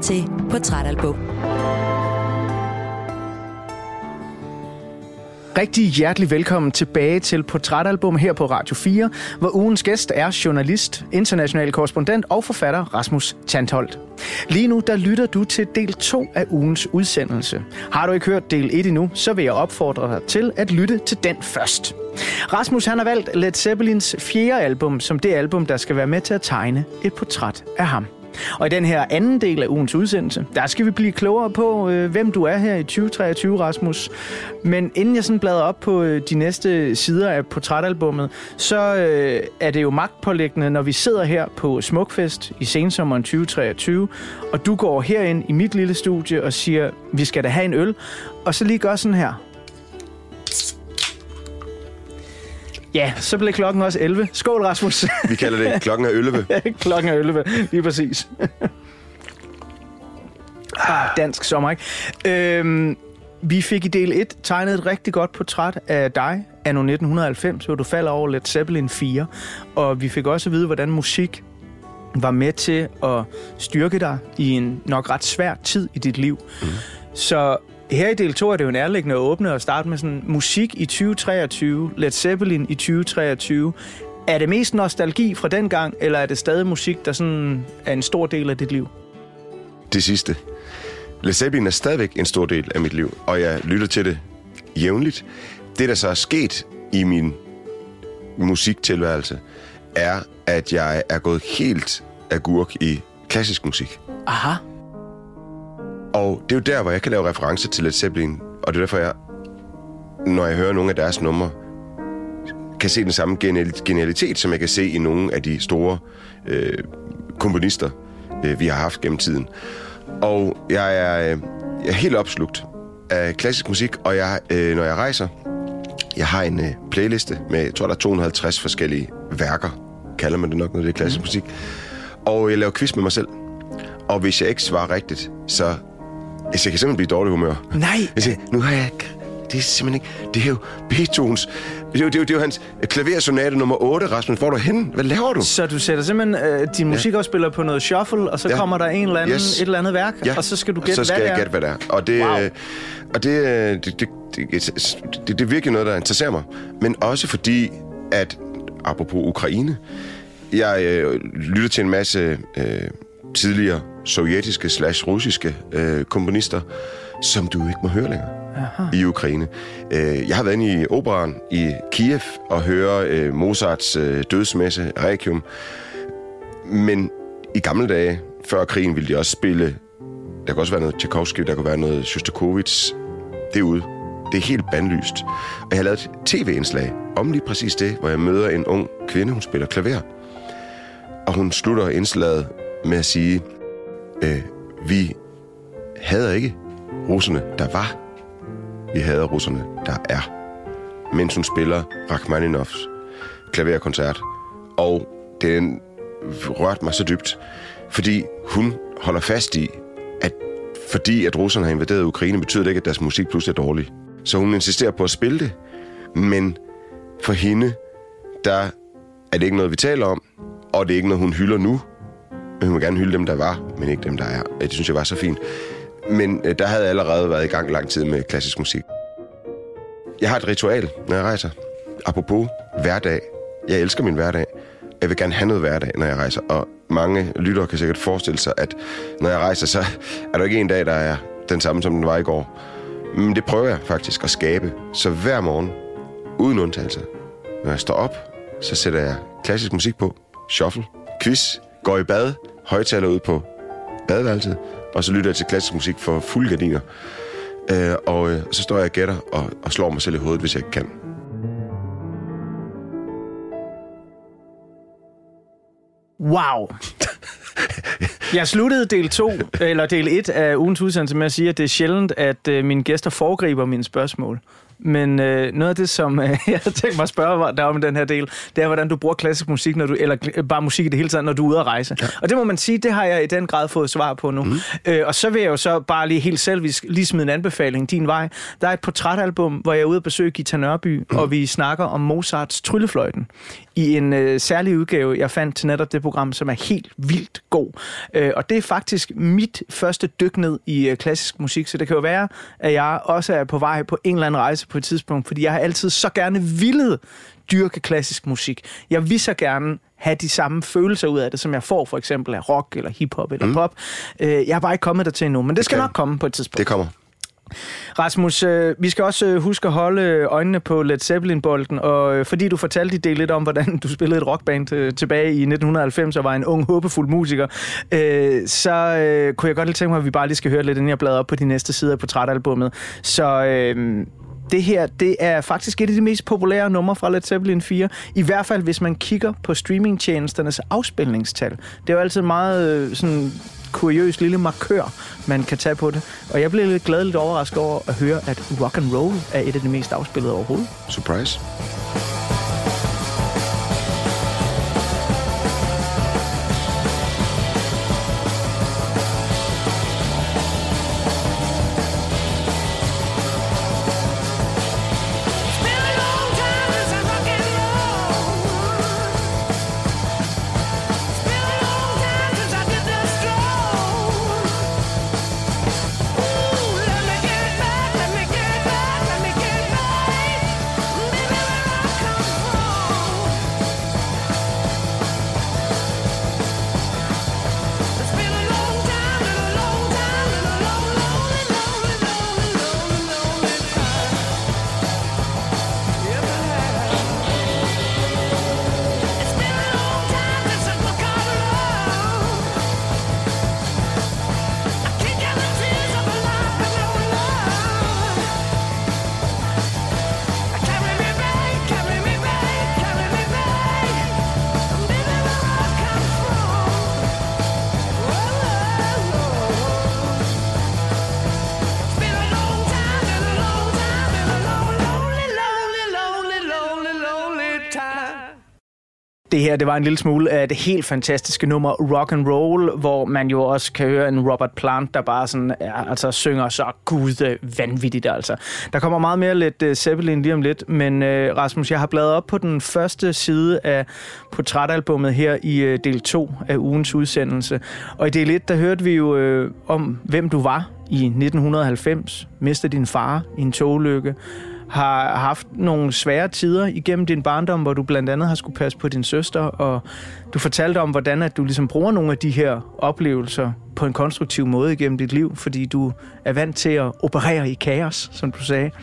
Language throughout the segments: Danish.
til Portrætalbum. Rigtig hjertelig velkommen tilbage til Portrætalbum her på Radio 4, hvor ugens gæst er journalist, international korrespondent og forfatter Rasmus Tantholdt. Lige nu der lytter du til del 2 af ugens udsendelse. Har du ikke hørt del 1 endnu, så vil jeg opfordre dig til at lytte til den først. Rasmus han har valgt Led Zeppelins 4. album som det album, der skal være med til at tegne et portræt af ham. Og i den her anden del af ugens udsendelse, der skal vi blive klogere på, hvem du er her i 2023, Rasmus. Men inden jeg sådan bladrer op på de næste sider af portrætalbummet, så er det jo magtpåliggende, når vi sidder her på Smukfest i sensommeren 2023, og du går herind i mit lille studie og siger, vi skal da have en øl, og så lige gør sådan her. Ja, så blev klokken også 11. Skål, Rasmus. Vi kalder det klokken er 11. Klokken er 11, lige præcis. Dansk sommer, ikke? Vi fik i del 1 tegnet et rigtig godt portræt af dig anno 1990, hvor du falder over Led Zeppelin 4. Og vi fik også at vide, hvordan musik var med til at styrke dig i en nok ret svær tid i dit liv. Så her i del 2 er det jo nærliggende at åbne og starte med sådan musik i 2023, Led Zeppelin i 2023. Er det mest nostalgi fra den gang, eller er det stadig musik, der sådan er en stor del af dit liv? Det sidste. Led Zeppelin er stadigvæk en stor del af mit liv, og jeg lytter til det jævnligt. Det, der så er sket i min musiktilværelse, er, at jeg er gået helt agurk i klassisk musik. Aha. Og det er jo der, hvor jeg kan lave referencer til Led Zeppelin, og det er derfor, jeg, når jeg hører nogle af deres numre, kan se den samme genialitet, som jeg kan se i nogle af de store komponister, vi har haft gennem tiden. Og jeg er helt opslugt af klassisk musik, og når jeg rejser, jeg har en playliste med, jeg tror, der er 250 forskellige værker, kalder man det nok, når det er klassisk musik, og jeg laver quiz med mig selv. Og hvis jeg ikke svarer rigtigt, så jeg kan simpelthen blive i dårlig humør. Nej! Jeg siger, nu har jeg... Det er simpelthen ikke... Det er jo Beethovens... Det er jo hans klaversonate nummer 8, Rasmus. Hvor er du henne? Hvad laver du? Så du sætter simpelthen din musikafspiller på noget shuffle, og så kommer der en eller anden, et eller andet værk, og så skal du gætte, hvad det er? Så skal jeg gætte, hvad det er. Og det, wow. Og det er virkelig noget, der interesserer mig. Men også fordi, at apropos Ukraine, jeg lytter til en masse tidligere sovjetiske / russiske komponister, som du ikke må høre længere. Aha. I Ukraine. Jeg har været inde i operaen i Kiev og høre Mozarts dødsmesse, Requiem. Men i gamle dage, før krigen, ville de også spille... Der kan også være noget Tchaikovsky, der kan være noget Shostakovich. Derude. Det er helt bandlyst. Og jeg har lavet et tv-indslag om lige præcis det, hvor jeg møder en ung kvinde, hun spiller klaver. Og hun slutter indslaget med at sige, vi hader ikke russerne, der var. Vi hader russerne, der er. Mens hun spiller Rachmaninoffs klaverkoncert. Og den rørte mig så dybt, fordi hun holder fast i, at fordi at russerne har invaderet Ukraine, betyder det ikke, at deres musik pludselig er dårlig. Så hun insisterer på at spille det, men for hende, der er det ikke noget, vi taler om, og det er ikke noget, hun hylder nu. Men hun vil gerne hylde dem, der var, men ikke dem, der er. Det synes jeg var så fint. Men der havde jeg allerede været i gang lang tid med klassisk musik. Jeg har et ritual, når jeg rejser. Apropos hverdag. Jeg elsker min hverdag. Jeg vil gerne have noget hverdag, når jeg rejser. Og mange lyttere kan sikkert forestille sig, at når jeg rejser, så er der ikke en dag, der er den samme, som den var i går. Men det prøver jeg faktisk at skabe. Så hver morgen, uden undtagelse, når jeg står op, så sætter jeg klassisk musik på. Shuffle, quiz, går i bad, højtaler ud på badeværelset, og så lytter jeg til klassisk musik for fulde gardiner. Og så står jeg og gætter og slår mig selv i hovedet, hvis jeg ikke kan. Wow! Jeg sluttede del 1 af ugens udsendelse med at sige, at det er sjældent, at mine gæster foregriber mine spørgsmål. Men noget af det, som jeg havde tænkt mig at spørge dig om i den her del, det er, hvordan du bruger klassisk musik, eller bare musik i det hele taget, når du er ude at rejse. Ja. Og det må man sige, det har jeg i den grad fået svar på nu. Og så vil jeg jo så bare lige helt selvisk lige smide en anbefaling din vej. Der er et portrætalbum, hvor jeg er ude at besøge Gita Nørby, og vi snakker om Mozarts Tryllefløjten. i en særlig udgave, jeg fandt til netop det program, som er helt vildt god. Og det er faktisk mit første dyk ned i klassisk musik, så det kan jo være, at jeg også er på vej på en eller anden rejse på et tidspunkt, fordi jeg har altid så gerne villet dyrke klassisk musik. Jeg vil så gerne have de samme følelser ud af det, som jeg får for eksempel af rock eller hiphop eller pop. Jeg er bare ikke kommet dertil endnu, men det skal nok komme på et tidspunkt. Det kommer. Rasmus, vi skal også huske at holde øjnene på Led Zeppelin-bolden, og fordi du fortalte i del lidt om, hvordan du spillede et rockband tilbage i 1990 og var en ung, håbefuld musiker, så kunne jeg godt lige tænke mig, at vi bare lige skal høre lidt, inden jeg bladrer op på de næste sider af portrætalbummet. Så det her, det er faktisk et af de mest populære numre fra Led Zeppelin 4. I hvert fald, hvis man kigger på streamingtjenesternes afspilningstal. Det er jo altid meget sådan kuriøs lille markør, man kan tage på det. Og jeg blev lidt glædeligt overrasket over at høre, at rock and roll er et af de mest afspillede overhovedet. Surprise. Det her, det var en lille smule af det helt fantastiske nummer Rock and Roll, hvor man jo også kan høre en Robert Plant, der bare sådan, synger så vanvittigt altså. Der kommer meget mere lidt Zeppelin lige om lidt, men Rasmus, jeg har bladret op på den første side af portrætalbummet her i del 2 af ugens udsendelse. Og i del 1, der hørte vi jo om, hvem du var i 1990, mistede din far i en togulykke, har haft nogle svære tider igennem din barndom, hvor du blandt andet har skulle passe på din søster, og du fortalte om, hvordan at du ligesom bruger nogle af de her oplevelser på en konstruktiv måde igennem dit liv, fordi du er vant til at operere i kaos, som du sagde.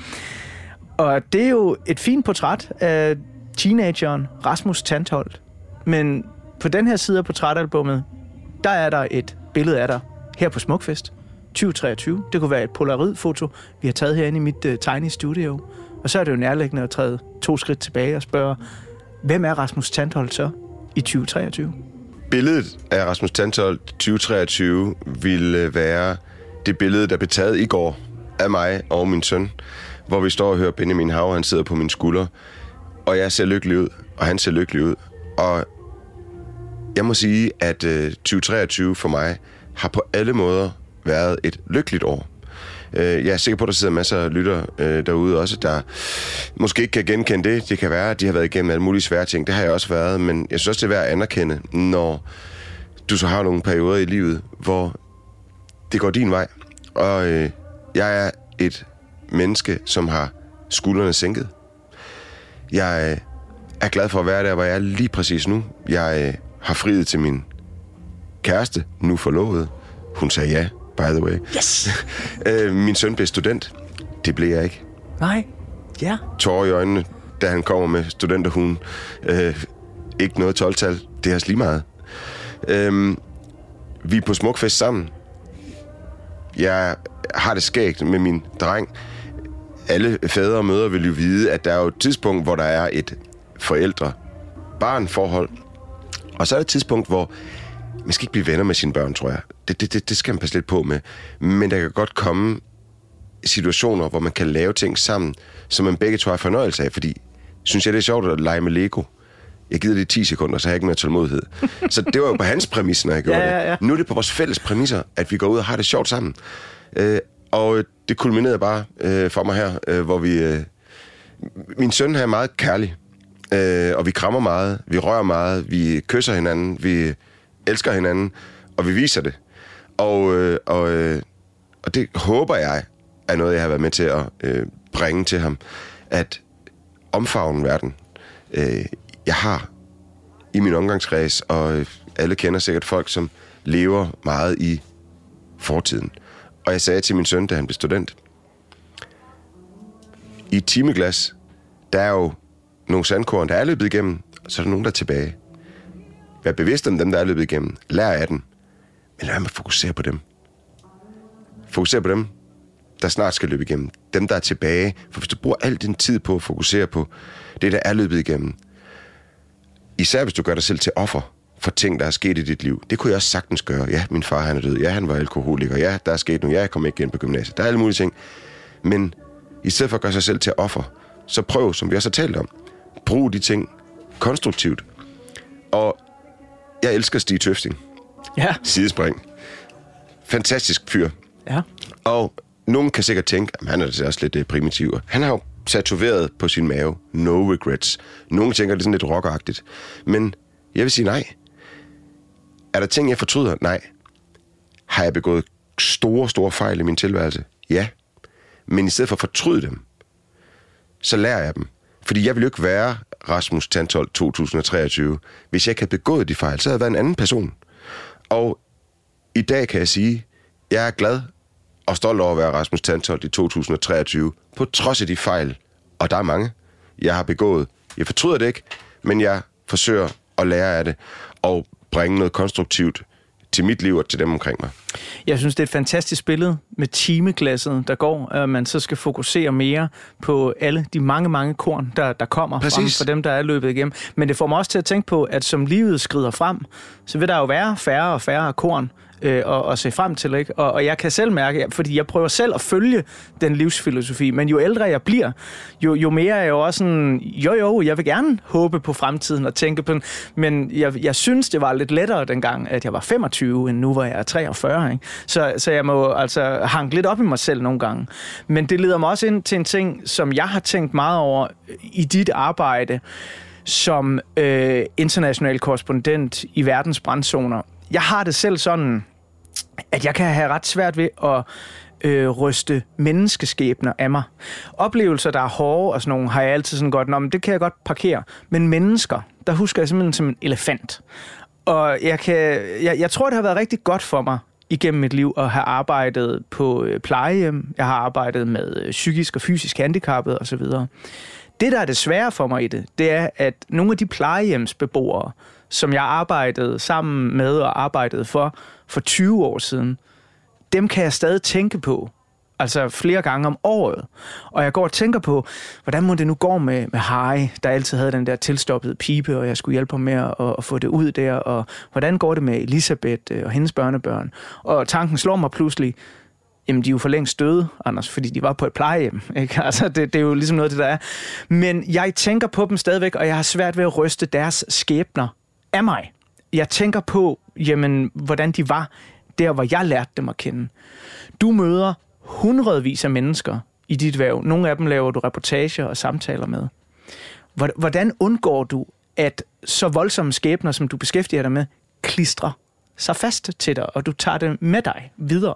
Og det er jo et fint portræt af teenageren Rasmus Tantholdt. Men på den her side af portrætalbummet, der er der et billede af dig her på Smukfest 2023. Det kunne være et polaroidfoto, vi har taget herinde i mit tiny studio. Og så er det jo nærliggende at træde 2 skridt tilbage og spørge, hvem er Rasmus Tantholdt så i 2023? Billedet af Rasmus Tantholdt 2023 ville være det billede, der blev taget i går af mig og min søn, hvor vi står og hører Benjamin Hav, han sidder på min skulder, og jeg ser lykkelig ud, og han ser lykkelig ud. Og jeg må sige, at 2023 for mig har på alle måder været et lykkeligt år. Jeg er sikker på, at der sidder masser af lyttere derude også, der måske ikke kan genkende det. Det kan være, at de har været igennem alle mulige svære ting. Det har jeg også været, men jeg synes også, det er værd at anerkende, når du så har nogle perioder i livet, hvor det går din vej. Og jeg er et menneske, som har skuldrene sænket. Jeg er glad for at være der, hvor jeg er lige præcis nu. Jeg har friet til min kæreste, nu forlovet. Hun sagde ja, by the way. Yes! Min søn blev student. Det blev jeg ikke. Nej, ja. Tårer i øjnene, da han kommer med studenterhuen. Ikke noget 12-tal. Det er også lige meget. Vi er på Smukfest sammen. Jeg har det skægt med min dreng. Alle fædre og mødre vil jo vide, at der er jo et tidspunkt, hvor der er et forældre-barn-forhold. Og så er der et tidspunkt, hvor man skal ikke blive venner med sine børn, tror jeg. Det skal man passe lidt på med. Men der kan godt komme situationer, hvor man kan lave ting sammen, som man begge to har fornøjelse af. Fordi, synes jeg, det er sjovt at lege med Lego. Jeg gider det i 10 sekunder, så har jeg ikke mere tålmodighed. Så det var jo på hans præmisser, når jeg gjorde det. Nu er det på vores fælles præmisser, at vi går ud og har det sjovt sammen. Og det kulminerede bare for mig her, hvor vi... min søn er meget kærlig. og vi krammer meget, vi rører meget, vi kysser hinanden, vi elsker hinanden, og vi viser det. Og det håber jeg er noget, jeg har været med til at bringe til ham, at omfavne verden. Jeg har i min omgangskreds, og alle kender sikkert folk, som lever meget i fortiden. Og jeg sagde til min søn, da han blev student, i et timeglas, der er jo nogle sandkorn, der er løbet igennem, og så er der nogen, der er tilbage. Vær bevidst om dem, der er løbet igennem. Lær af dem. Men lad mig fokusere på dem. Fokuser på dem, der snart skal løbe igennem. Dem, der er tilbage. For hvis du bruger al din tid på at fokusere på det, der er løbet igennem, især hvis du gør dig selv til offer for ting, der er sket i dit liv. Det kunne jeg også sagtens gøre. Ja, min far, han er død. Ja, han var alkoholiker. Ja, der er sket noget. Ja, jeg kom ikke ind på gymnasiet. Der er alle mulige ting. Men i stedet for at gøre sig selv til offer, så prøv, som vi også har talt om, brug de ting konstruktivt. Og jeg elsker Stig Tøfting. Ja. Sidespring. Fantastisk fyr. Ja. Og nogen kan sikkert tænke, at han er da også lidt primitiv. Han har jo tatoveret på sin mave. No regrets. Nogen tænker, det er sådan lidt rockeragtigt. Men jeg vil sige nej. Er der ting, jeg fortryder? Nej. Har jeg begået store fejl i min tilværelse? Ja. Men i stedet for at fortryde dem, så lærer jeg dem. Fordi jeg vil jo ikke være Rasmus Tantholdt 2023, hvis jeg ikke havde begået de fejl. Så havde jeg været en anden person. Og i dag kan jeg sige, at jeg er glad og stolt over at være Rasmus Tantholdt i 2023, på trods af de fejl, og der er mange, jeg har begået. Jeg fortryder det ikke, men jeg forsøger at lære af det, og bringe noget konstruktivt til mit liv og til dem omkring mig. Jeg synes, det er et fantastisk billede med timeglasset, der går, at man så skal fokusere mere på alle de mange korn, der kommer frem for dem, der er løbet igennem. Men det får mig også til at tænke på, at som livet skrider frem, så vil der jo være færre og færre korn at se frem til, ikke? Og jeg kan selv mærke, fordi jeg prøver selv at følge den livsfilosofi, men jo ældre jeg bliver, jo mere er jeg jo også sådan, jeg vil gerne håbe på fremtiden og tænke på den, men jeg synes, det var lidt lettere dengang, at jeg var 25, end nu hvor jeg er 43, ikke? Så jeg må altså hanke lidt op i mig selv nogle gange. Men det leder mig også ind til en ting, som jeg har tænkt meget over i dit arbejde som international korrespondent i verdens brandzoner. Jeg har det selv sådan, at jeg kan have ret svært ved at ryste menneskeskæbner af mig. Oplevelser, der er hårde og sådan nogle, har jeg altid sådan godt, men det kan jeg godt parkere. Men mennesker, der husker jeg simpelthen som en elefant. Og jeg tror, det har været rigtig godt for mig igennem mit liv at have arbejdet på plejehjem. Jeg har arbejdet med psykisk og fysisk handicappede osv. Det, der er det svære for mig i det er, at nogle af de plejehjemsbeboere, som jeg arbejdede sammen med og arbejdede for 20 år siden, dem kan jeg stadig tænke på, altså flere gange om året. Og jeg går og tænker på, hvordan må det nu gå med Harry, der altid havde den der tilstoppede pibe, og jeg skulle hjælpe ham med at få det ud der, og hvordan går det med Elisabeth og hendes børnebørn. Og tanken slår mig pludselig, jamen de er jo for længst døde, Anders, fordi de var på et plejehjem, ikke? Altså det er jo ligesom noget af det, der er. Men jeg tænker på dem stadigvæk, og jeg har svært ved at ryste deres skæbner af mig. Jeg tænker på, jamen, hvordan de var der, hvor jeg lærte dem at kende. Du møder hundredvis af mennesker i dit hverv. Nogle af dem laver du reportager og samtaler med. Hvordan undgår du, at så voldsomme skæbner, som du beskæftiger dig med, klistrer sig fast til dig, og du tager det med dig videre?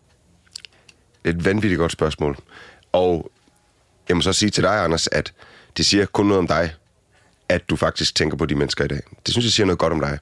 Et vanvittigt godt spørgsmål. Og jeg må så sige til dig, Anders, at det siger kun noget om dig, at du faktisk tænker på de mennesker i dag. Det synes jeg siger noget godt om dig.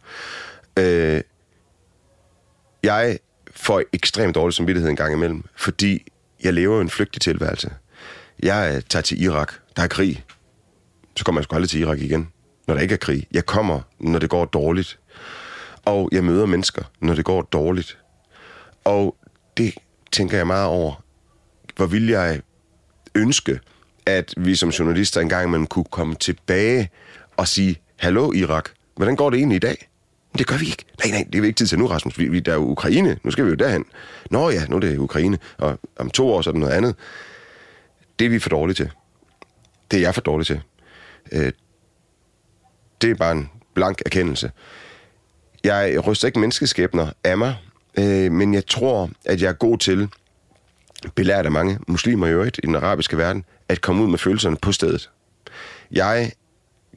Jeg får ekstremt dårlig samvittighed en gang imellem, fordi jeg lever en flygtig tilværelse. Jeg tager til Irak. Der er krig. Så kommer jeg sgu aldrig til Irak igen, når der ikke er krig. Jeg kommer, når det går dårligt. Og jeg møder mennesker, når det går dårligt. Og det tænker jeg meget over. Hvor vil jeg ønske, at vi som journalister engang imellem kunne komme tilbage og sige, hallo Irak, hvordan går det egentlig i dag? Men det gør vi ikke. Nej, det er vi ikke tid til nu, Rasmus. Der er jo Ukraine. Nu skal vi jo derhen. Nå ja, nu er det Ukraine. Og om 2 år så er det noget andet. Det er vi for dårlige til. Det er jeg for dårlig til. Det er bare en blank erkendelse. Jeg ryster ikke menneskeskæbner af mig, men jeg tror, at jeg er god til, belært af mange muslimer i øvrigt i den arabiske verden, at komme ud med følelserne på stedet. Jeg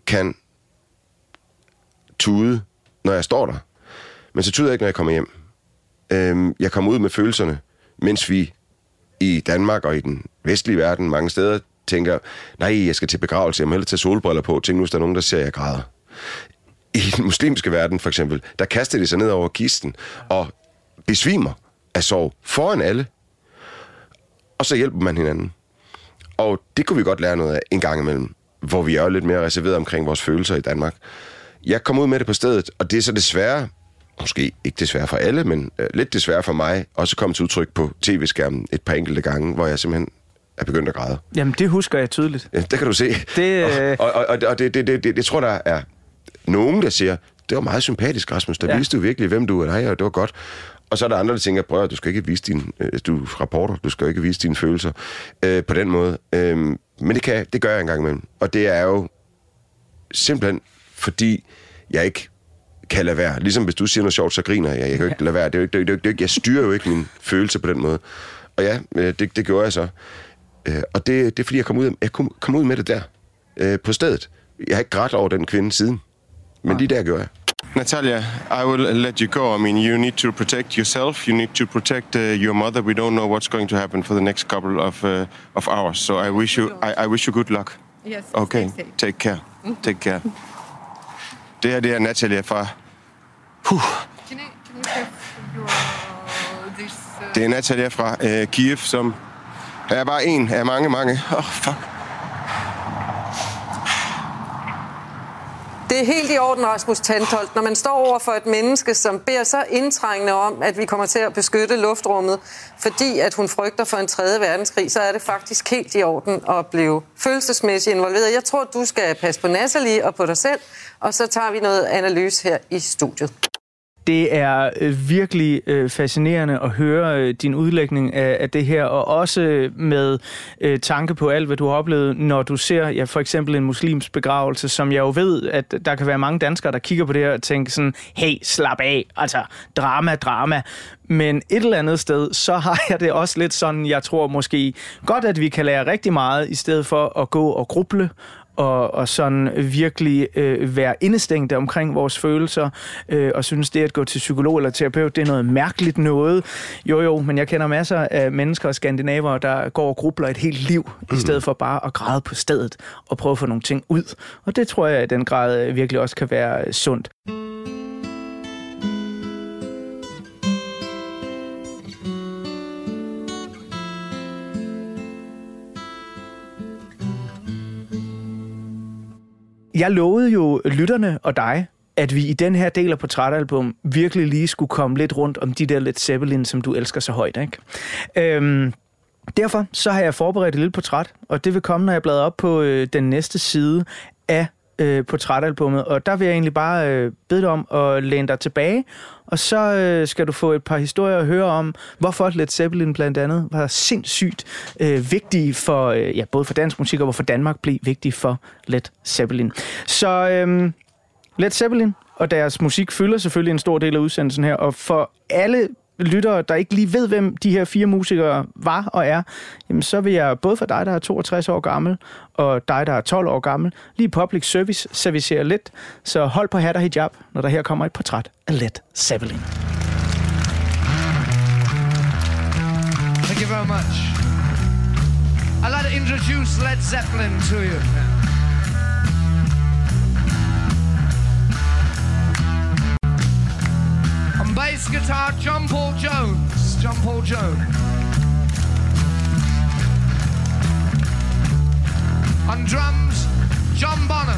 kan tude, når jeg står der. Men så tuder jeg ikke, når jeg kommer hjem. Jeg kommer ud med følelserne, mens vi i Danmark og i den vestlige verden mange steder tænker, nej, jeg skal til begravelse, jeg må hellere tage solbriller på, tænk nu, hvis der er nogen, der ser, jeg græder. I den muslimske verden, for eksempel, der kaster de sig ned over kisten og besvimer af sorg foran alle, og så hjælper man hinanden. Og det kunne vi godt lære noget af en gang imellem, hvor vi er jo lidt mere reserveret omkring vores følelser i Danmark. Jeg kom ud med det på stedet, og det er så desværre, måske ikke desværre for alle, men lidt desværre for mig, også kommet til udtryk på tv-skærmen et par enkelte gange, hvor jeg simpelthen er begyndt at græde. Jamen, det husker jeg tydeligt. Ja, det kan du se. Og det tror der er nogen, der siger, det var meget sympatisk, Rasmus, der viste du virkelig, hvem du er, og det var godt. Og så er der andre, der tænker, prøv at du skal ikke vise du skal ikke vise dine følelser på den måde. Men det gør jeg en gang imellem. Og det er jo simpelthen, fordi jeg ikke kan lade være. Ligesom hvis du siger noget sjovt, så griner jeg. Jeg kan jo ikke lade være. Det er jo ikke, jeg styrer jo ikke min følelse på den måde. Og ja, det gjorde jeg så. Og det er fordi, jeg kom ud med det der på stedet. Jeg har ikke grædt over den kvinde siden. Men lige der gjorde jeg. Natalia, I will let you go. I mean, you need to protect yourself. You need to protect your mother. We don't know what's going to happen for the next couple of hours. So I wish you good luck. Yes. Okay. Take care. Take care. Det her, det er Natalia fra... Det er Natalia fra Kiev, som er bare en af mange... fuck. Det er helt i orden, Rasmus Tantholdt. Når man står over for et menneske, som beder så indtrængende om, at vi kommer til at beskytte luftrummet, fordi at hun frygter for en 3. verdenskrig, så er det faktisk helt i orden at blive følelsesmæssigt involveret. Jeg tror, du skal passe på Natalie og på dig selv, og så tager vi noget analyse her i studiet. Det er virkelig fascinerende at høre din udlægning af det her, og også med tanke på alt, hvad du har oplevet, når du ser for eksempel en muslims begravelse, som jeg jo ved, at der kan være mange danskere, der kigger på det her og tænker sådan, hey, slap af, altså drama. Men et eller andet sted, så har jeg det også lidt sådan, jeg tror måske godt, at vi kan lære rigtig meget, i stedet for at gå og gruble, og sådan virkelig være indestængte omkring vores følelser, og synes det at gå til psykolog eller terapeut, det er noget mærkeligt noget. Jo, men jeg kender masser af mennesker og skandinaver, der går og grubler et helt liv, i stedet for bare at græde på stedet og prøve at få nogle ting ud. Og det tror jeg i den grad virkelig også kan være sundt. Jeg lovede jo lytterne og dig, at vi i den her del af portrætalbum virkelig lige skulle komme lidt rundt om de der Led Zeppelin, som du elsker så højt, ikke? Derfor så har jeg forberedt et lille portræt, og det vil komme, når jeg bladrer op på den næste side af portrætalbummet. Og der vil jeg egentlig bare bede dig om at læne dig tilbage, og så skal du få et par historier at høre om, hvorfor Led Zeppelin blandt andet var sindssygt vigtige for, både for dansk musik og hvorfor Danmark blev vigtig for Led Zeppelin. Så Led Zeppelin og deres musik fylder selvfølgelig en stor del af udsendelsen her, og for alle lyttere, der ikke lige ved, hvem de her 4 musikere var og er, jamen så vil jeg både for dig, der er 62 år gammel, og dig, der er 12 år gammel, lige public service servicere lidt, så hold på hat og hijab, når der her kommer et portræt af Led Zeppelin. Thank you very much. I'd like to introduce Led Zeppelin to you. On bass guitar, John Paul Jones. On drums, John Bonham.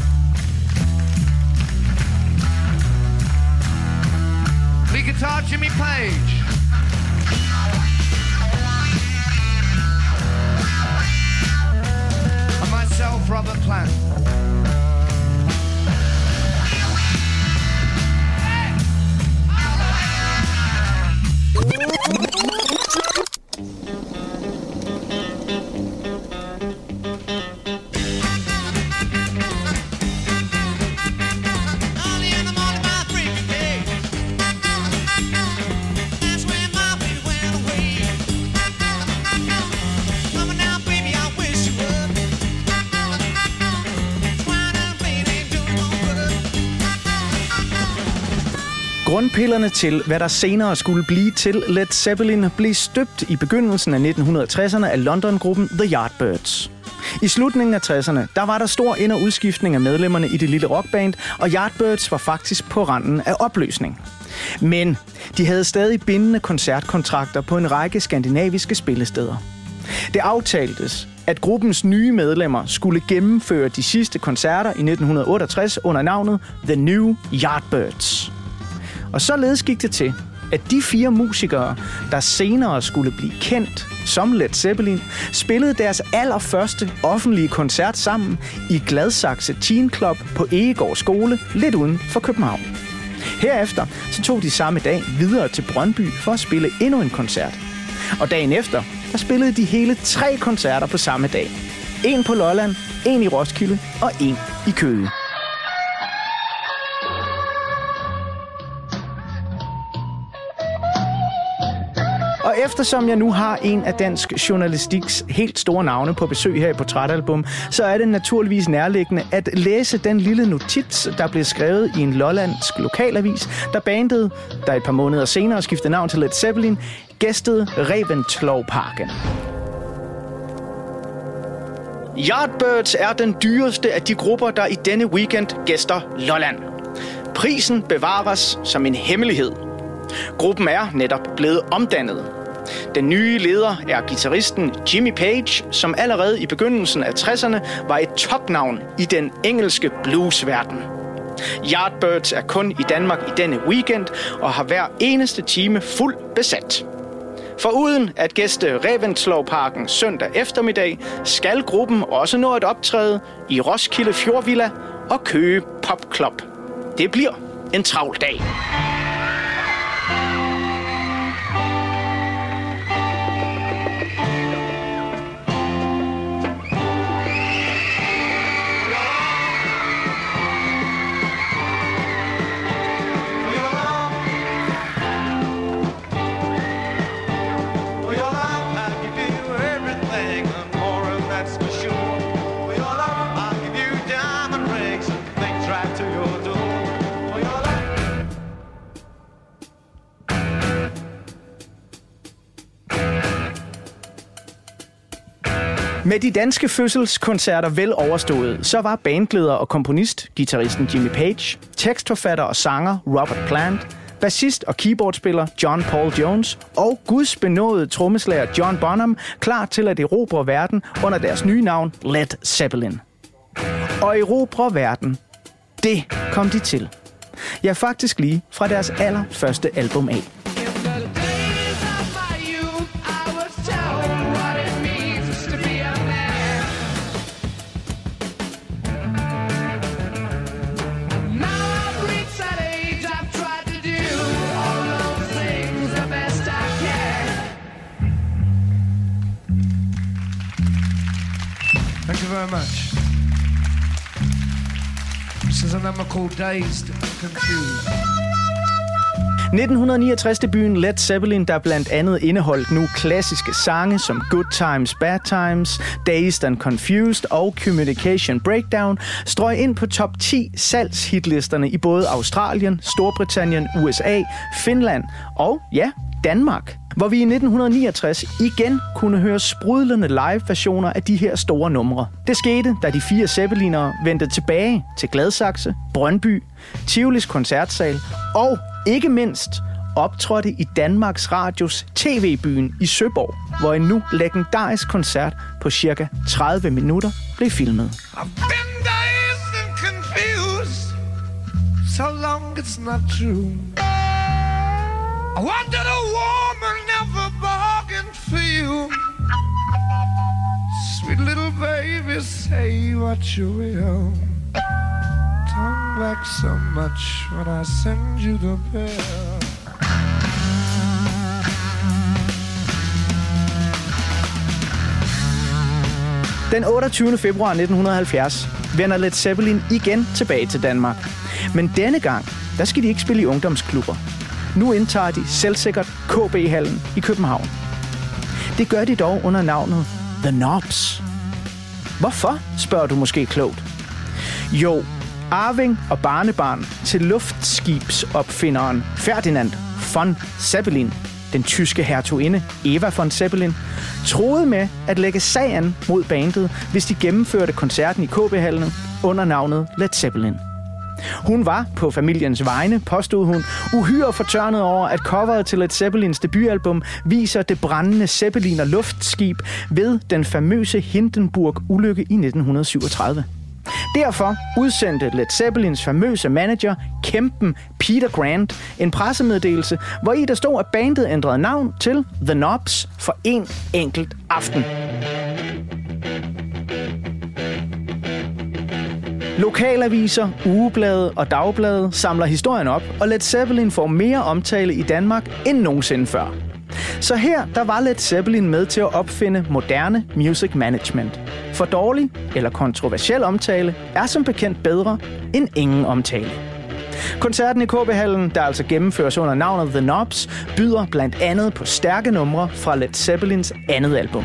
Lead guitar, Jimmy Page. And myself, Robert Plant. Grundpillerne til, hvad der senere skulle blive til Led Zeppelin, blev støbt i begyndelsen af 1960'erne af London-gruppen The Yardbirds. I slutningen af 60'erne, der var der stor ind- og udskiftning af medlemmerne i det lille rockband, og Yardbirds var faktisk på randen af opløsning. Men de havde stadig bindende koncertkontrakter på en række skandinaviske spillesteder. Det aftaltes, at gruppens nye medlemmer skulle gennemføre de sidste koncerter i 1968 under navnet The New Yardbirds. Og således gik det til, at de 4 musikere, der senere skulle blive kendt som Led Zeppelin, spillede deres allerførste offentlige koncert sammen i Gladsaxe Teen Club på Egegård Skole, lidt uden for København. Herefter så tog de samme dag videre til Brøndby for at spille endnu en koncert. Og dagen efter, der spillede de hele 3 koncerter på samme dag. En på Lolland, en i Roskilde og en i Køge. Og eftersom jeg nu har en af dansk journalistiks helt store navne på besøg her i Portrætalbum, så er det naturligvis nærliggende at læse den lille notits, der blev skrevet i en lollandsk lokalavis, da bandet, der et par måneder senere skiftede navn til Led Zeppelin, gæstede Reventlow-parken. Yardbirds er den dyreste af de grupper, der i denne weekend gæster Lolland. Prisen bevares som en hemmelighed. Gruppen er netop blevet omdannet. Den nye leder er guitaristen Jimmy Page, som allerede i begyndelsen af 60'erne var et topnavn i den engelske bluesverden. Yardbirds er kun i Danmark i denne weekend og har hver eneste time fuld besat. Foruden at gæste Reventlow-parken søndag eftermiddag, skal gruppen også nå at optræde i Roskilde Fjordvilla og Køge Pop Club. Det bliver en travl dag. Med de danske fødselskoncerter vel overstået, så var bandleder og komponist, guitaristen Jimmy Page, tekstforfatter og sanger Robert Plant, bassist og keyboardspiller John Paul Jones og gudsbenådede trommeslager John Bonham klar til at erobre verden under deres nye navn Led Zeppelin. Og erobre verden, det kom de til. Ja, faktisk lige fra deres allerførste album af. Thank you very much. This is a number called Dazed and Confused. 1969-debuten Led Zeppelin, der blandt andet indeholdt nu klassiske sange som Good Times, Bad Times, Dazed and Confused og Communication Breakdown, strøg ind på top 10 salgshitlisterne i både Australien, Storbritannien, USA, Finland og ja, Danmark, hvor vi i 1969 igen kunne høre sprudlende live-versioner af de her store numre. Det skete, da de 4 zeppelinere vendte tilbage til Gladsaxe, Brøndby, Tivolis koncertsal og ikke mindst optrådte i Danmarks Radios TV-byen i Søborg, hvor en nu legendarisk koncert på cirka 30 minutter blev filmet. I've been dazed and confused, so long it's not true. I wanted a woman, never bargained for you. Sweet little baby, say what you will. Turn back so much when I send you the bill. Den 28. februar 1970 vender Led Zeppelin igen tilbage til Danmark. Men denne gang, der skal de ikke spille i ungdomsklubber. Nu indtager de selvsikkert KB-hallen i København. Det gør de dog under navnet The Knobs. Hvorfor, spørger du måske klogt? Jo, arving og barnebarn til luftskibsopfinderen Ferdinand von Zeppelin, den tyske hertuginde Eva von Zeppelin, troede med at lægge sag an mod bandet, hvis de gennemførte koncerten i KB-hallen under navnet Led Zeppelin. Hun var på familiens vegne, påstod hun, uhyre fortørnet over, at coveret til Led Zeppelins debutalbum viser det brændende Zeppeliner luftskib ved den famøse Hindenburg-ulykke i 1937. Derfor udsendte Led Zeppelins famøse manager, kæmpen Peter Grant, en pressemeddelelse, hvor i der stod, at bandet ændrede navn til The Knobs for en enkelt aften. Lokalaviser, ugeblade og dagblade samler historien op, og Led Zeppelin får mere omtale i Danmark end nogensinde før. Så her, der var Led Zeppelin med til at opfinde moderne music management. For dårlig eller kontroversiel omtale er som bekendt bedre end ingen omtale. Koncerten i KB-hallen, der altså gennemføres under navnet The Knobs, byder blandt andet på stærke numre fra Led Zeppelins andet album.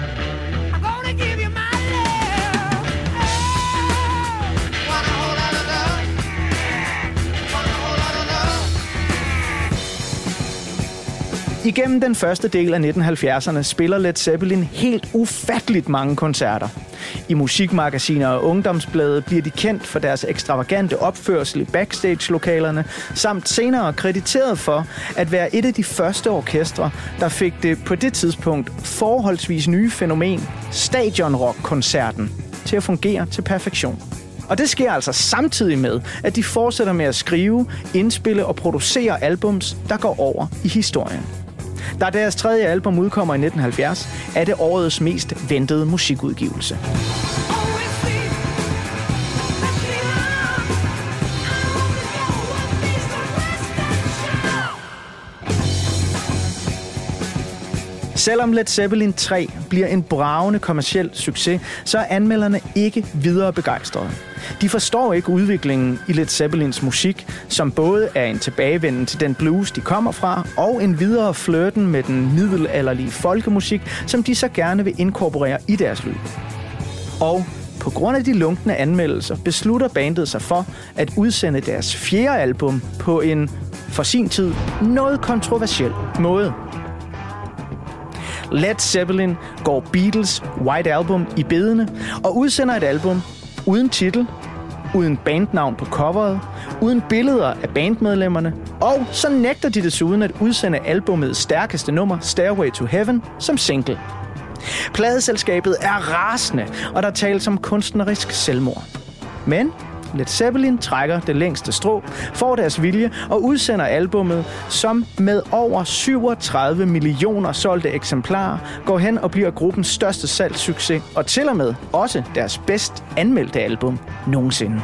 Igennem den første del af 1970'erne spiller Led Zeppelin helt ufatteligt mange koncerter. I musikmagasiner og ungdomsblade bliver de kendt for deres ekstravagante opførsel i backstage-lokalerne, samt senere krediteret for at være et af de første orkestre, der fik det på det tidspunkt forholdsvis nye fænomen, stadionrock-koncerten, til at fungere til perfektion. Og det sker altså samtidig med, at de fortsætter med at skrive, indspille og producere albums, der går over i historien. Da deres tredje album udkommer i 1970, er det årets mest ventede musikudgivelse. Selvom Led Zeppelin 3 bliver en bragende kommerciel succes, så er anmelderne ikke videre begejstrede. De forstår ikke udviklingen i Led Zeppelins musik, som både er en tilbagevenden til den blues, de kommer fra, og en videre flirten med den middelalderlige folkemusik, som de så gerne vil inkorporere i deres lyd. Og på grund af de lunkne anmeldelser beslutter bandet sig for at udsende deres fjerde album på en, for sin tid, noget kontroversiel måde. Led Zeppelin går Beatles' White Album i bedene og udsender et album uden titel, uden bandnavn på coveret, uden billeder af bandmedlemmerne, og så nægter de desuden at udsende albumets stærkeste nummer, Stairway to Heaven, som single. Pladeselskabet er rasende, og der tales om kunstnerisk selvmord. Men Led Zeppelin trækker det længste strå, får deres vilje og udsender albummet, som med over 37 millioner solgte eksemplarer går hen og bliver gruppens største salgssucces, og til og med også deres bedst anmeldte album nogensinde.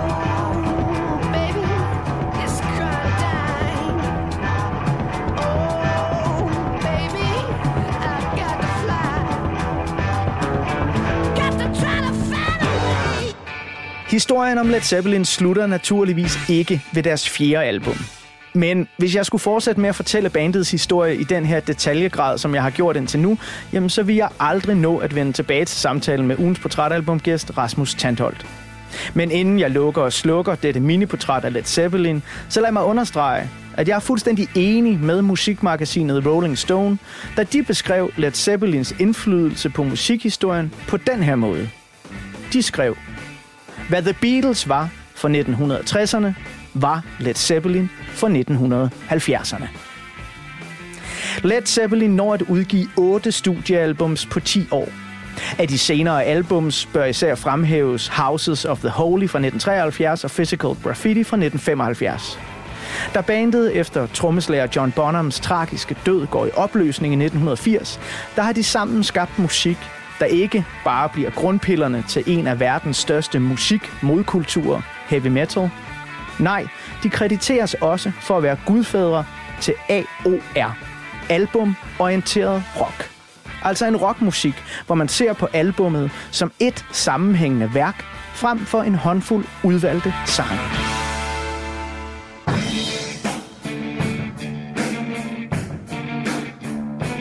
Historien om Led Zeppelin slutter naturligvis ikke ved deres fjerde album. Men hvis jeg skulle fortsætte med at fortælle bandets historie i den her detaljegrad, som jeg har gjort indtil nu, jamen så vil jeg aldrig nå at vende tilbage til samtalen med ugens portrætalbumgæst Rasmus Tantholdt. Men inden jeg lukker og slukker dette miniportræt af Led Zeppelin, så lad mig understrege, at jeg er fuldstændig enig med musikmagasinet Rolling Stone, da de beskrev Led Zeppelins indflydelse på musikhistorien på den her måde. De skrev: hvad The Beatles var for 1960'erne, var Led Zeppelin for 1970'erne. Led Zeppelin når at udgive 8 studiealbums på 10 år. Af de senere albums bør især fremhæves Houses of the Holy fra 1973 og Physical Graffiti fra 1975. Da bandet efter trommeslager John Bonhams tragiske død går i opløsning i 1980, der har de sammen skabt musik, der ikke bare bliver grundpillerne til en af verdens største musikmodkulturer, heavy metal. Nej, de krediteres også for at være gudfædre til AOR, albumorienteret rock. Altså en rockmusik, hvor man ser på albummet som et sammenhængende værk, frem for en håndfuld udvalgte sange.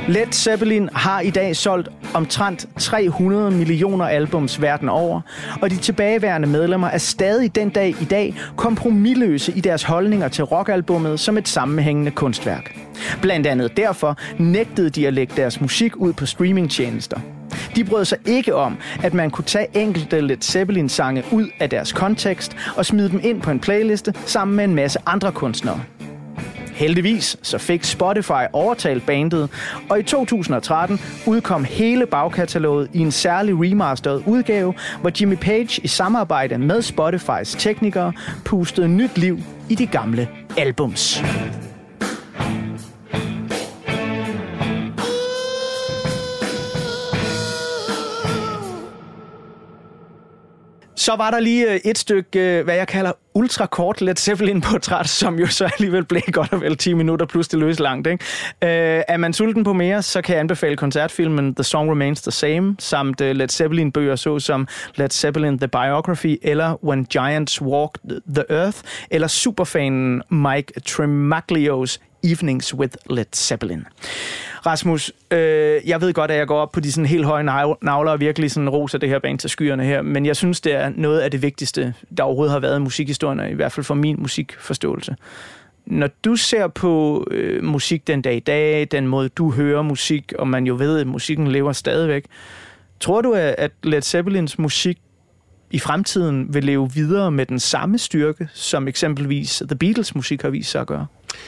Led Zeppelin har i dag solgt omtrent 300 millioner albums verden over, og de tilbageværende medlemmer er stadig den dag i dag kompromisløse i deres holdninger til rockalbummet som et sammenhængende kunstværk. Blandt andet derfor nægtede de at lægge deres musik ud på streamingtjenester. De brød sig ikke om, at man kunne tage enkelte Led Zeppelin-sange ud af deres kontekst og smide dem ind på en playliste sammen med en masse andre kunstnere. Heldigvis så fik Spotify overtalt bandet, og i 2013 udkom hele bagkataloget i en særlig remasteret udgave, hvor Jimmy Page i samarbejde med Spotifys teknikere pustede nyt liv i de gamle albums. Så var der lige et stykke, hvad jeg kalder ultrakort Led Zeppelin-portræt, som jo så alligevel blev godt og vel 10 minutter plus det løs langt. Ikke? Er man sulten på mere, så kan jeg anbefale koncertfilmen The Song Remains the Same, samt Led Zeppelin-bøger såsom Led Zeppelin The Biography, eller When Giants Walk the Earth, eller superfanen Mike Tremaglios Evenings with Led Zeppelin. Rasmus, jeg ved godt, at jeg går op på de sådan helt høje navler og virkelig sådan roser det her band til skyerne her, men jeg synes, det er noget af det vigtigste, der overhovedet har været i musikhistorien, i hvert fald for min musikforståelse. Når du ser på musik den dag i dag, den måde du hører musik, og man jo ved, at musikken lever stadigvæk, tror du, at Led Zeppelins musik i fremtiden vil leve videre med den samme styrke, som eksempelvis The Beatles musik har vist sig at gøre?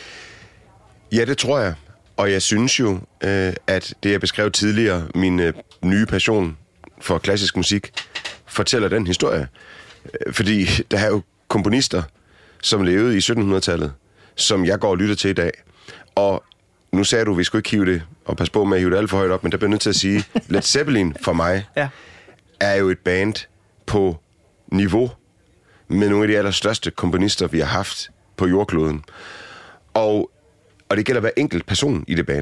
Ja, det tror jeg. Og jeg synes jo, at det, jeg beskrev tidligere, min nye passion for klassisk musik, fortæller den historie. Fordi der er jo komponister, som levede i 1700-tallet, som jeg går og lytter til i dag. Og nu sagde du, at vi skulle ikke hive det, og passe på med at hive det alt for højt op, men der bliver nødt til at sige, Led Zeppelin for mig er jo et band på niveau med nogle af de allerstørste komponister, vi har haft på jordkloden. Og det gælder hver enkelt person i det band.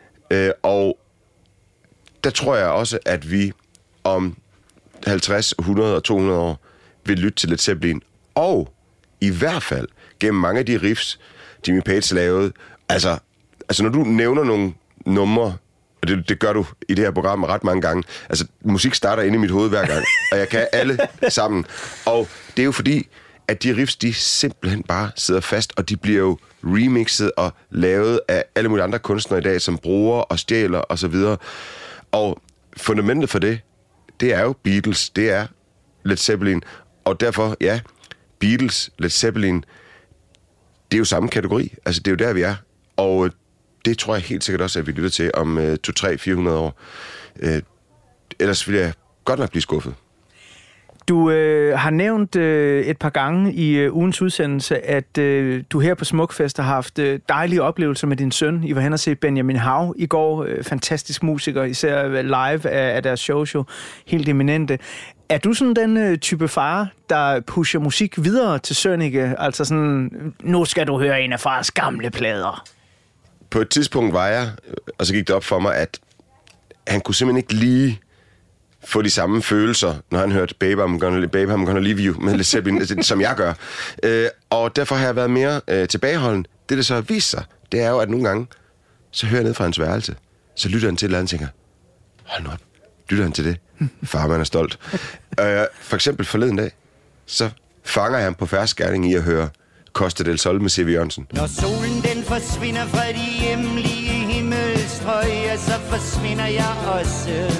Og der tror jeg også, at vi om 50, 100 og 200 år vil lytte til Led Zeppelin. Og i hvert fald gennem mange af de riffs, Jimmy Page lavede. Altså når du nævner nogle numre, og det gør du i det her program ret mange gange. Altså musik starter inde i mit hoved hver gang, og jeg kan alle sammen. Og det er jo fordi, at de riffs, de simpelthen bare sidder fast, og de bliver jo remixet og lavet af alle mulige andre kunstnere i dag, som bruger og stjæler og så videre. Og fundamentet for det er jo Beatles, det er Led Zeppelin, og derfor, ja, Beatles, Led Zeppelin, det er jo samme kategori. Altså, det er jo der, vi er. Og det tror jeg helt sikkert også, at vi lytter til om 2, 3, 400 år. Ellers vil jeg godt nok blive skuffet. Du har nævnt et par gange i ugens udsendelse, at du her på Smukfest har haft dejlige oplevelser med din søn. I var hen og se Benjamin Hav i går. Fantastisk musiker, især live af deres shows jo. Helt eminente. Er du sådan den type far, der pusher musik videre til Sønneke? Altså sådan, nu skal du høre en af fars gamle plader. På et tidspunkt var jeg, og så gik det op for mig, at han kunne simpelthen ikke lige få de samme følelser, når han hørte Babe, I'm Gonna Leave You med Led Zeppelin, som jeg gør. Og derfor har jeg været mere tilbageholden. Det så har vist sig, det er jo, at nogle gange, så hører jeg ned fra hans værelse, så lytter han til, og han tænker, hold nu op, lytter han til det? Far, man er stolt. For eksempel forleden dag, så fanger jeg ham på ferskgerning i at høre Costa del Sol med C.V. Jørgensen. Når solen den forsvinder fra de hjemlige himmelstrøg, så forsvinder jeg også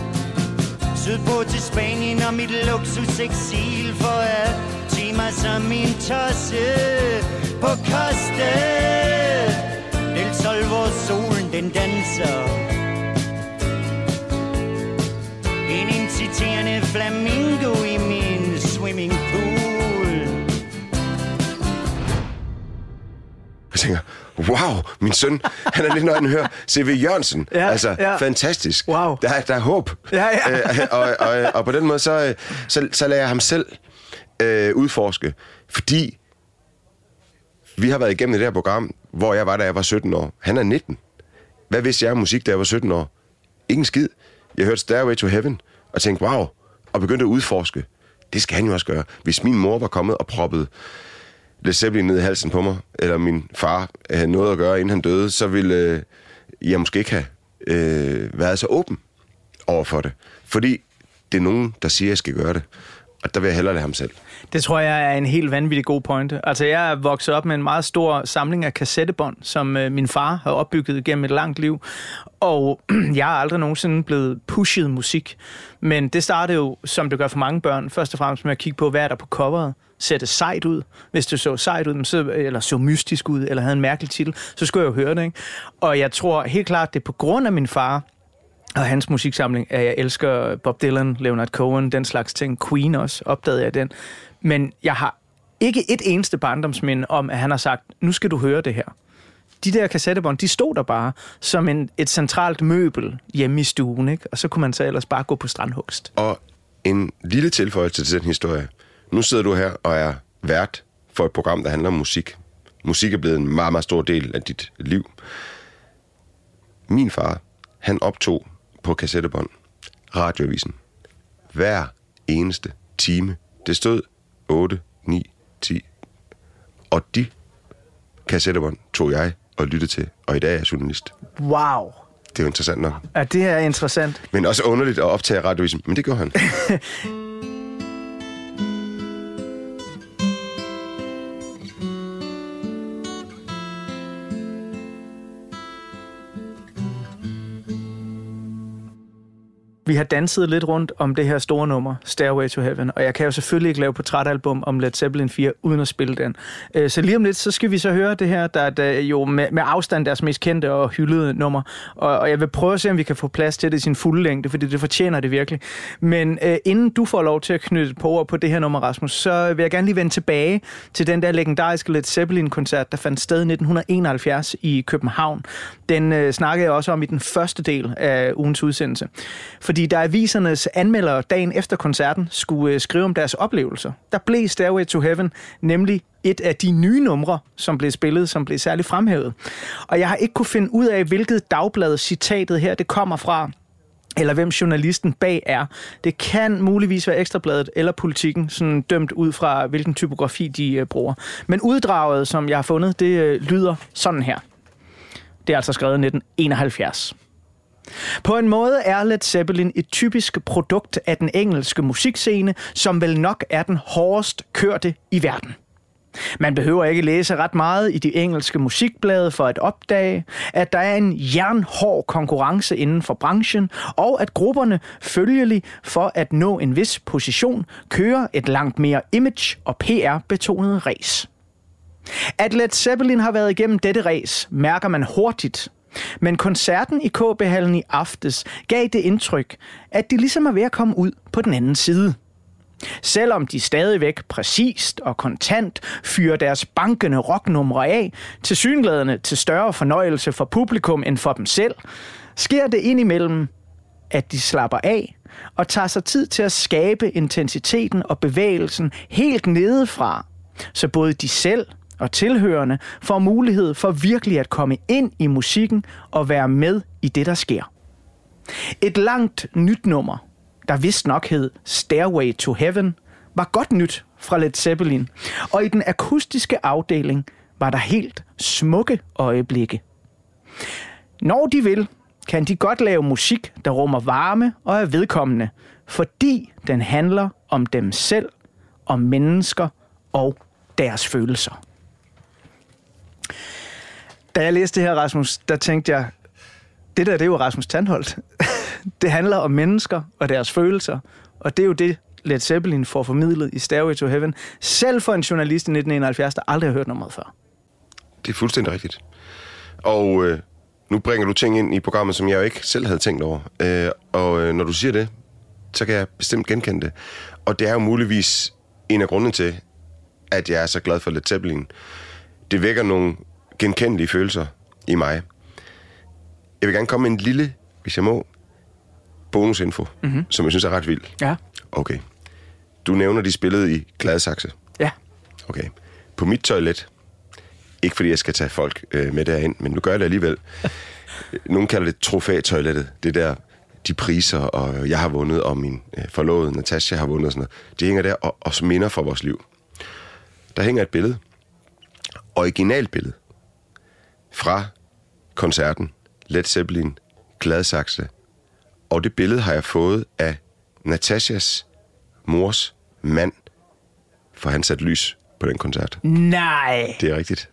sydpå til Spanien og mit luksuseksil for at tage mig som min tosse på Costa del Sol, hvor solen den danser. En inciterende flamingo i min swimmingpool. Jeg tænker, wow, min søn, han er lidt, når han hører C.V. Jørgensen. Fantastisk. Wow. Der er håb. Og på den måde, så lader jeg ham selv udforske. Fordi vi har været igennem det her program, hvor jeg var, da jeg var 17 år. Han er 19. Hvad vidste jeg om musik, da jeg var 17 år? Ingen skid. Jeg hørte Stairway to Heaven og tænkte, wow, og begyndte at udforske. Det skal han jo også gøre. Hvis min mor var kommet og proppet Led Zeppelin ned i halsen på mig, eller min far havde noget at gøre, inden han døde, så ville jeg måske ikke have været så åben over for det. Fordi det er nogen, der siger, at jeg skal gøre det. Og der vil jeg hellere lade ham selv. Det tror jeg er en helt vanvittig god pointe. Altså, jeg er vokset op med en meget stor samling af kassettebånd, som min far har opbygget gennem et langt liv. Og jeg har aldrig nogensinde blevet pushet musik. Men det startede jo, som det gør for mange børn, først og fremmest med at kigge på, hvad er der på coveret. Ser det sejt ud? Hvis det så sejt ud, eller så mystisk ud, eller havde en mærkelig titel, så skulle jeg jo høre det, ikke? Og jeg tror helt klart, det er på grund af min far og hans musiksamling, at jeg elsker Bob Dylan, Leonard Cohen, den slags ting. Queen også, opdagede jeg den. Men jeg har ikke et eneste barndomsminde om, at han har sagt, nu skal du høre det her. De der kassettebånd, de stod der bare som et centralt møbel hjemme i stuen, ikke? Og så kunne man så ellers bare gå på strandhugst. Og en lille tilføjelse til den historie. Nu sidder du her og er vært for et program, der handler om musik. Musik er blevet en meget, meget stor del af dit liv. Min far, han optog på kassettebånd Radioavisen hver eneste time. Det stod 8, 9, 10. Og de kassettebånd tog jeg og lyttede til, og i dag er jeg journalist. Wow. Det er jo interessant nok. Ja, det er interessant. Men også underligt at optage Radioavisen, men det gjorde han. Vi har danset lidt rundt om det her store nummer, Stairway to Heaven, og jeg kan jo selvfølgelig ikke lave portrætalbum om Led Zeppelin 4 uden at spille den. Så lige om lidt, så skal vi så høre det her, der er jo med afstand deres mest kendte og hyldede nummer. Og jeg vil prøve at se, om vi kan få plads til det i sin fulde længde, fordi det fortjener det virkelig. Men inden du får lov til at knytte et par ord på det her nummer, Rasmus, så vil jeg gerne lige vende tilbage til den der legendariske Led Zeppelin-koncert, der fandt sted i 1971 i København. Den snakkede jeg også om i den første del af ugens udsendelse. Fordi da avisernes anmeldere dagen efter koncerten skulle skrive om deres oplevelser, der blev Stairway to Heaven nemlig et af de nye numre, som blev spillet, som blev særligt fremhævet. Og jeg har ikke kunne finde ud af, hvilket dagblad citatet her det kommer fra, eller hvem journalisten bag er. Det kan muligvis være Ekstrabladet eller Politikken, sådan dømt ud fra, hvilken typografi de bruger. Men uddraget, som jeg har fundet, det lyder sådan her. Det er altså skrevet i 1971. På en måde er Led Zeppelin et typisk produkt af den engelske musikscene, som vel nok er den hårdest kørte i verden. Man behøver ikke læse ret meget i de engelske musikblade for at opdage, at der er en jernhård konkurrence inden for branchen, og at grupperne følgelig for at nå en vis position kører et langt mere image- og PR-betonet race. At Led Zeppelin har været igennem dette race, mærker man hurtigt. Men koncerten i KB-hallen i aftes gav det indtryk, at de ligesom er ved at komme ud på den anden side. Selvom de stadigvæk præcist og kontant fyrer deres bankende rocknumre af, tilsyneladende til større fornøjelse for publikum end for dem selv, sker det indimellem, at de slapper af og tager sig tid til at skabe intensiteten og bevægelsen helt nedefra, så både de selv og tilhørende får mulighed for virkelig at komme ind i musikken og være med i det, der sker. Et langt nyt nummer, der vist nok hed Stairway to Heaven, var godt nyt fra Led Zeppelin, og i den akustiske afdeling var der helt smukke øjeblikke. Når de vil, kan de godt lave musik, der rummer varme og er vedkommende, fordi den handler om dem selv, om mennesker og deres følelser. Da jeg læste det her, Rasmus, der tænkte jeg, det er jo Rasmus Tantholdt. Det handler om mennesker og deres følelser, og det er jo det, Led Zeppelin får formidlet i Stairway to Heaven, selv for en journalist i 1971, der aldrig har hørt noget før. Det er fuldstændig rigtigt. Og nu bringer du ting ind i programmet, som jeg jo ikke selv havde tænkt over. Og når du siger det, så kan jeg bestemt genkende det. Og det er jo muligvis en af grundene til, at jeg er så glad for Led Zeppelin. Det vækker nogle genkendelige følelser i mig. Jeg vil gerne komme med en lille, hvis jeg må, bonusinfo, som jeg synes er ret vild. Ja. Okay. Du nævner, de spillede i Gladsaxe. Ja. Okay. På mit toilet, ikke fordi jeg skal tage folk med derind, men nu gør jeg det alligevel. Nogle kalder det trofætoilettet. Det der, de priser, og jeg har vundet, og min forlovede Natasha har vundet og sådan noget. De hænger der og minder fra vores liv. Der hænger et billede. Originalbillede fra koncerten Led Zeppelin Gladsaxe. Og det billede har jeg fået af Natashas mors mand, for han satte lys på den koncert. Nej! Det er rigtigt.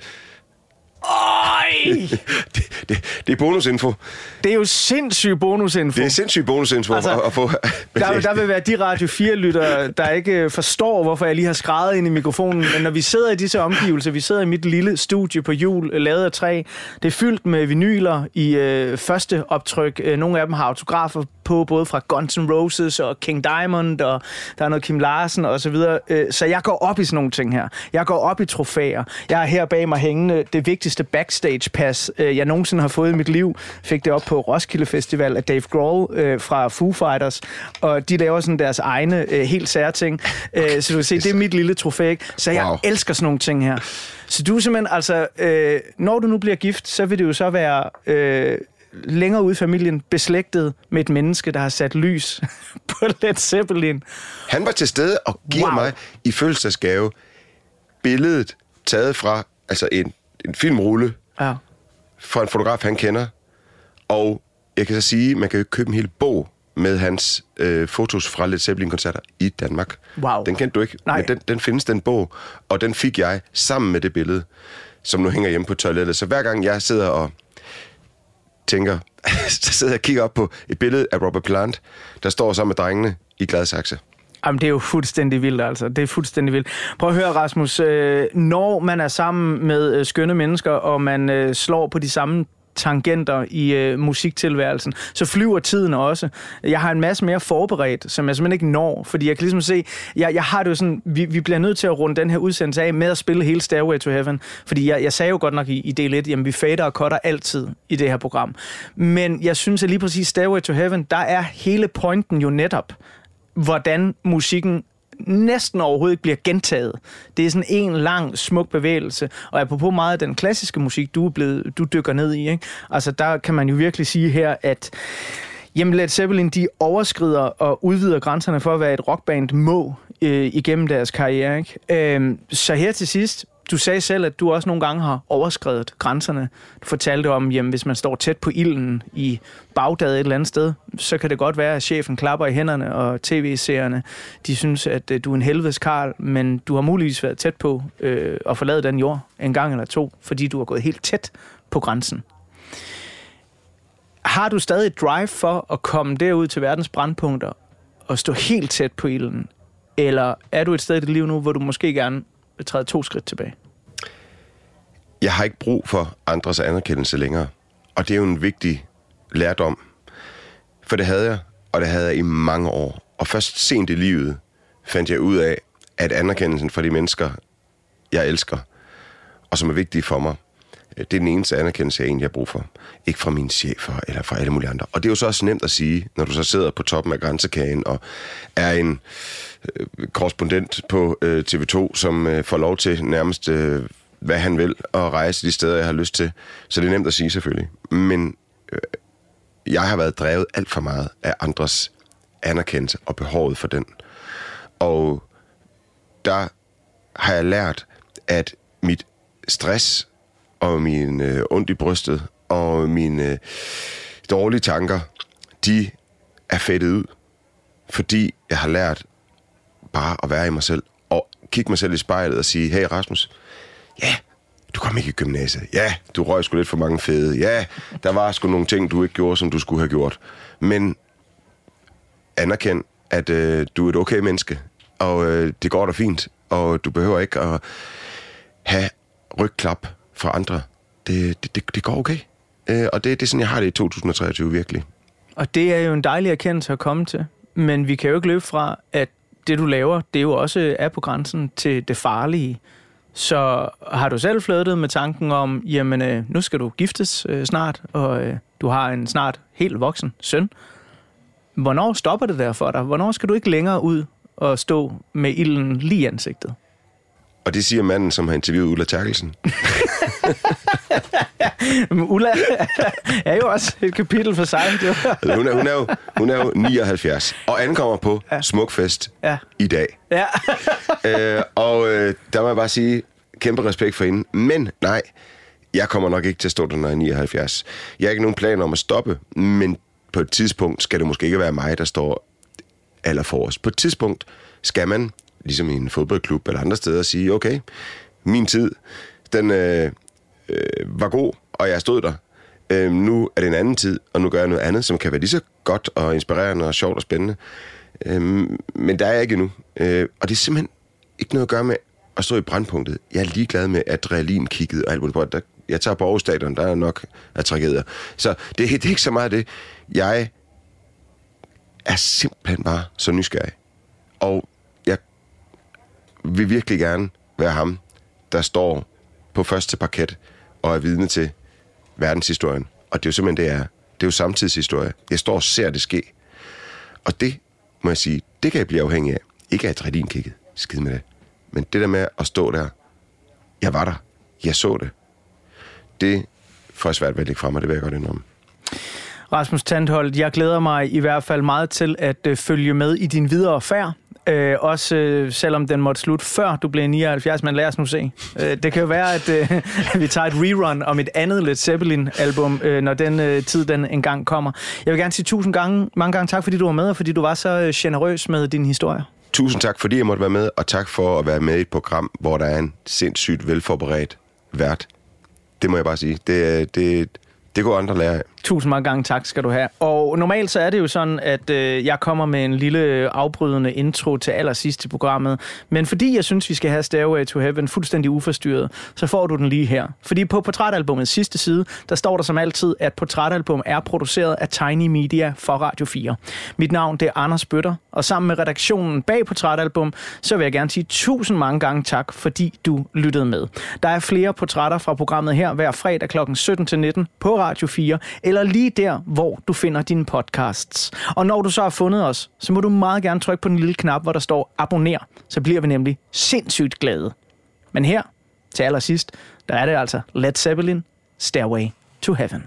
Øj! det er bonusinfo. Det er jo sindssyg bonusinfo. Det er sindssyg bonusinfo altså, at få. Der vil være de Radio 4-lyttere, der ikke forstår, hvorfor jeg lige har skrevet ind i mikrofonen. Men når vi sidder i disse omgivelser, vi sidder i mit lille studie på hjul, lavet af træ. Det er fyldt med vinyler i første optryk. Nogle af dem har autografer på, både fra Guns N' Roses og King Diamond, og der er noget Kim Larsen og så videre. Så jeg går op i sådan nogle ting her. Jeg går op i trofæer. Jeg har her bag mig hængende det vigtigste backstage-pas, jeg nogensinde har fået i mit liv. Fik det op på Roskilde Festival af Dave Grohl fra Foo Fighters, og de laver sådan deres egne helt sære ting. Så du kan se, det er mit lille trofæ, ikke? Så jeg elsker sådan nogle ting her. Så du simpelthen, altså, når du nu bliver gift, så vil det jo så være længere ude i familien beslægtet med et menneske, der har sat lys på Led Zeppelin. Han var til stede og giver mig i fødselsdagsgave billedet taget fra altså en filmrulle fra en fotograf, han kender. Og jeg kan så sige, man kan jo købe en hel bog med hans fotos fra Led Zeppelin-koncerter i Danmark. Wow. Den kendte du ikke, men den findes, den bog. Og den fik jeg sammen med det billede, som nu hænger hjemme på toilettet. Så hver gang jeg sidder og tænker, så sidder jeg og kigger op på et billede af Robert Plant, der står sammen med drengene i Gladsaxe. Jamen, det er jo fuldstændig vildt, altså. Det er fuldstændig vildt. Prøv at høre, Rasmus. Når man er sammen med skønne mennesker, og man slår på de samme tangenter i musiktilværelsen, så flyver tiden også. Jeg har en masse mere forberedt, som jeg simpelthen ikke når, fordi jeg kan ligesom se, jeg har det jo sådan, vi bliver nødt til at runde den her udsendelse af med at spille hele Stairway to Heaven, fordi jeg sagde jo godt nok i del 1, jamen vi fader og cutter altid i det her program. Men jeg synes, at lige præcis Stairway to Heaven, der er hele pointen jo netop, hvordan musikken næsten overhovedet ikke bliver gentaget. Det er sådan en lang, smuk bevægelse, og apropos meget af den klassiske musik, du dykker ned i, ikke? Altså, der kan man jo virkelig sige her, at jamen, Led Zeppelin, de overskrider og udvider grænserne for, hvad et rockband må igennem deres karriere, ikke? Så her til sidst, du sagde selv, at du også nogle gange har overskredet grænserne. Du fortalte om, jamen, hvis man står tæt på ilden i Bagdad et eller andet sted, så kan det godt være, at chefen klapper i hænderne, og tv-seerne, de synes, at du er en helvedes karl, men du har muligvis været tæt på at forlade den jord en gang eller to, fordi du har gået helt tæt på grænsen. Har du stadig et drive for at komme derud til verdens brandpunkter og stå helt tæt på ilden? Eller er du et sted i dit liv nu, hvor du måske gerne vil træde 2 skridt tilbage? Jeg har ikke brug for andres anerkendelse længere. Og det er jo en vigtig lærdom. For det havde jeg, og det havde jeg i mange år. Og først sent i livet fandt jeg ud af, at anerkendelsen fra de mennesker, jeg elsker, og som er vigtige for mig, det er den eneste anerkendelse, jeg egentlig har brug for. Ikke fra mine chefer eller fra alle mulige andre. Og det er jo så også nemt at sige, når du så sidder på toppen af grænsekagen og er en korrespondent på TV2, som får lov til nærmest, hvad han vil, og rejse de steder, jeg har lyst til. Så det er nemt at sige selvfølgelig. Men jeg har været drevet alt for meget af andres anerkendelse og behovet for den. Og der har jeg lært, at mit stress og min ondt i brystet og mine dårlige tanker, de er fættet ud, fordi jeg har lært bare at være i mig selv og kigge mig selv i spejlet og sige, hey Rasmus, ja, du kom ikke i gymnasiet, ja, du røg sgu lidt for mange fede, ja, der var sgu nogle ting, du ikke gjorde, som du skulle have gjort, men anerkend, at du er et okay menneske, og det går da fint, og du behøver ikke at have rygklap fra andre. Det går okay. Og det er sådan, jeg har det i 2023 virkelig. Og det er jo en dejlig erkendelse at komme til. Men vi kan jo ikke løbe fra, at det du laver, det jo også er på grænsen til det farlige. Så har du selv flirtet med tanken om, jamen nu skal du giftes snart, og du har en snart helt voksen søn. Hvornår stopper det der for dig? Hvornår skal du ikke længere ud og stå med ilden lige i ansigtet? Og det siger manden, som har interviewet Ulla Terkelsen. Ulla er jo også et kapitel for sig. Hun er jo 79 og ankommer på Smukfest i dag. Ja. Og der må jeg bare sige, kæmpe respekt for hende. Men nej, Jeg kommer nok ikke til at stå der, når jeg er 79. Jeg har ikke nogen planer om at stoppe, men på et tidspunkt skal det måske ikke være mig, der står allerforrest. På et tidspunkt skal man, ligesom i en fodboldklub eller andre steder, sige, okay, min tid, den var god, og jeg stod der. Nu er det en anden tid, og nu gør jeg noget andet, som kan være lige så godt og inspirerende og sjovt og spændende. Men der er jeg ikke endnu. Og det er simpelthen ikke noget at gøre med at stå i brandpunktet. Jeg er ligeglad med adrenalinkigget og alt muligt. Jeg tager på Aarhus Stadion, der er nok af tragedier. Så det er ikke så meget det. Jeg er simpelthen bare så nysgerrig. Og jeg vil virkelig gerne være ham, der står på første parket og er vidne til verdenshistorien. Og det er jo simpelthen det, jeg er. Det er jo samtidshistorie. Jeg står og ser det ske. Og det, må jeg sige, det kan jeg blive afhængig af. Ikke af adrenalinkigget. Skid med det. Men det der med at stå der, jeg var der. Jeg så det. Det får jeg svært ved at lægge frem, og det vil jeg godt indrømme. Rasmus Tantholdt, jeg glæder mig i hvert fald meget til at følge med i din videre færd. Også selvom den måtte slutte før du blev 79, men lad os nu se. Det kan jo være, at vi tager et rerun om et andet Led Zeppelin-album, når den tid den engang kommer. Jeg vil gerne sige mange gange tak, fordi du var med, og fordi du var så generøs med din historie. Tusind tak, fordi jeg måtte være med, og tak for at være med i et program, hvor der er en sindssygt velforberedt vært. Det må jeg bare sige. Det går andre lære af. Tusind mange gange tak skal du have. Og normalt så er det jo sådan, at jeg kommer med en lille afbrydende intro til allersidst i programmet. Men fordi jeg synes, vi skal have Stairway to Heaven fuldstændig uforstyrret, så får du den lige her. Fordi på portrætalbumets sidste side, der står der som altid, at portrætalbum er produceret af Tiny Media for Radio 4. Mit navn det er Anders Bøtter, og sammen med redaktionen bag portrætalbum, så vil jeg gerne sige tusind mange gange tak, fordi du lyttede med. Der er flere portrætter fra programmet her hver fredag kl. 17-19 på Radio 4, eller lige der, hvor du finder dine podcasts. Og når du så har fundet os, så må du meget gerne trykke på den lille knap, hvor der står abonner. Så bliver vi nemlig sindssygt glade. Men her, til allersidst, der er det altså Led Zeppelin, Stairway to Heaven.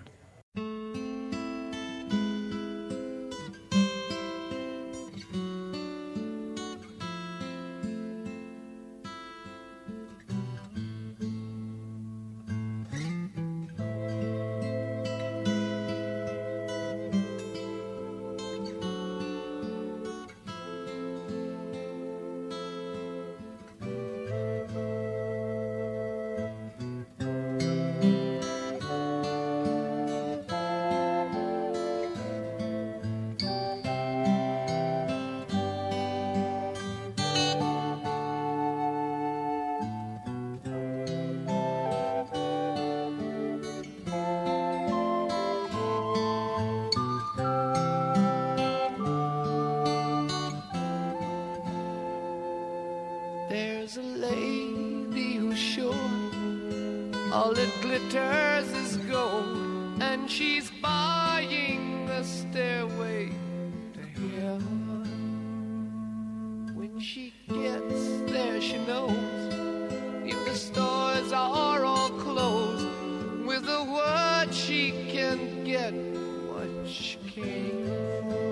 There's a lady who's sure all that glitters is gold, and she's buying the stairway to heaven. When she gets there, she knows if the stores are all closed, with a word she can get what she came for.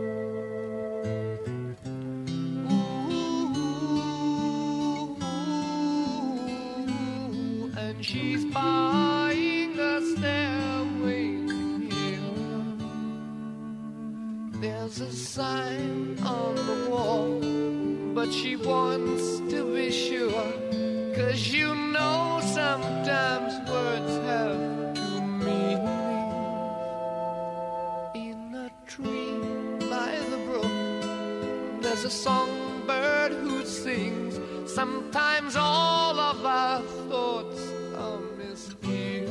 She's buying a stairway to heaven. There's a sign on the wall, but she wants to be sure, 'cause you know sometimes words have two meanings. In a tree by the brook, there's a songbird who sings. Sometimes all of our thoughts are misgiven.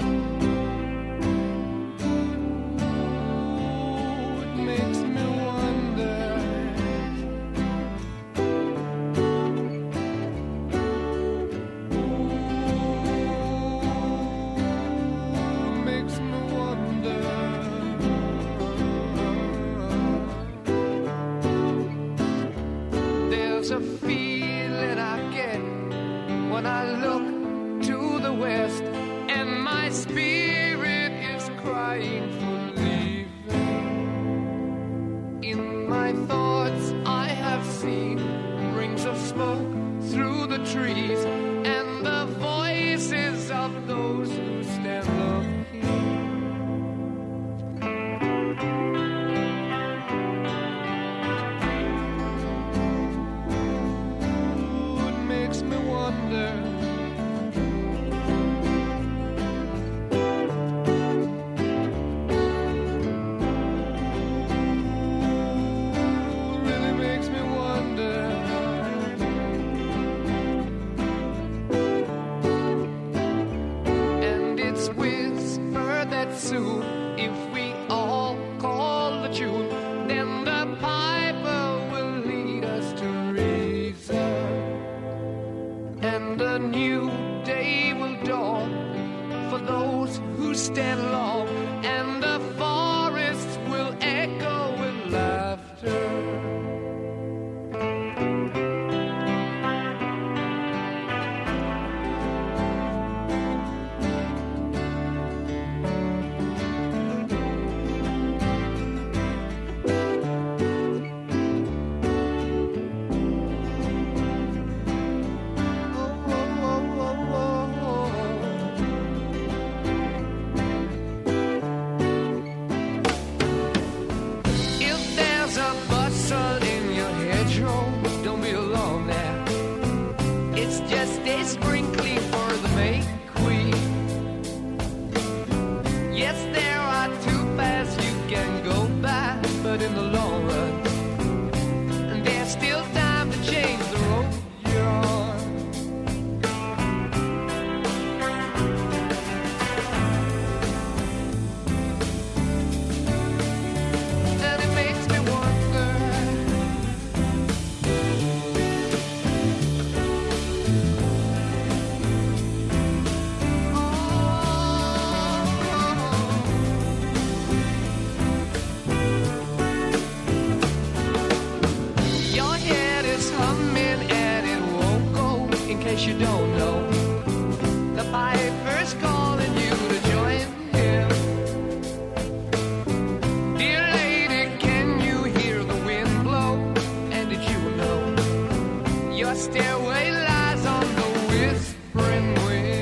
It makes me wonder stand alone, and the forest will echo with laughter. You don't know the piper's calling you to join him. Dear lady, can you hear the wind blow? And did you know your stairway lies on the whispering wind?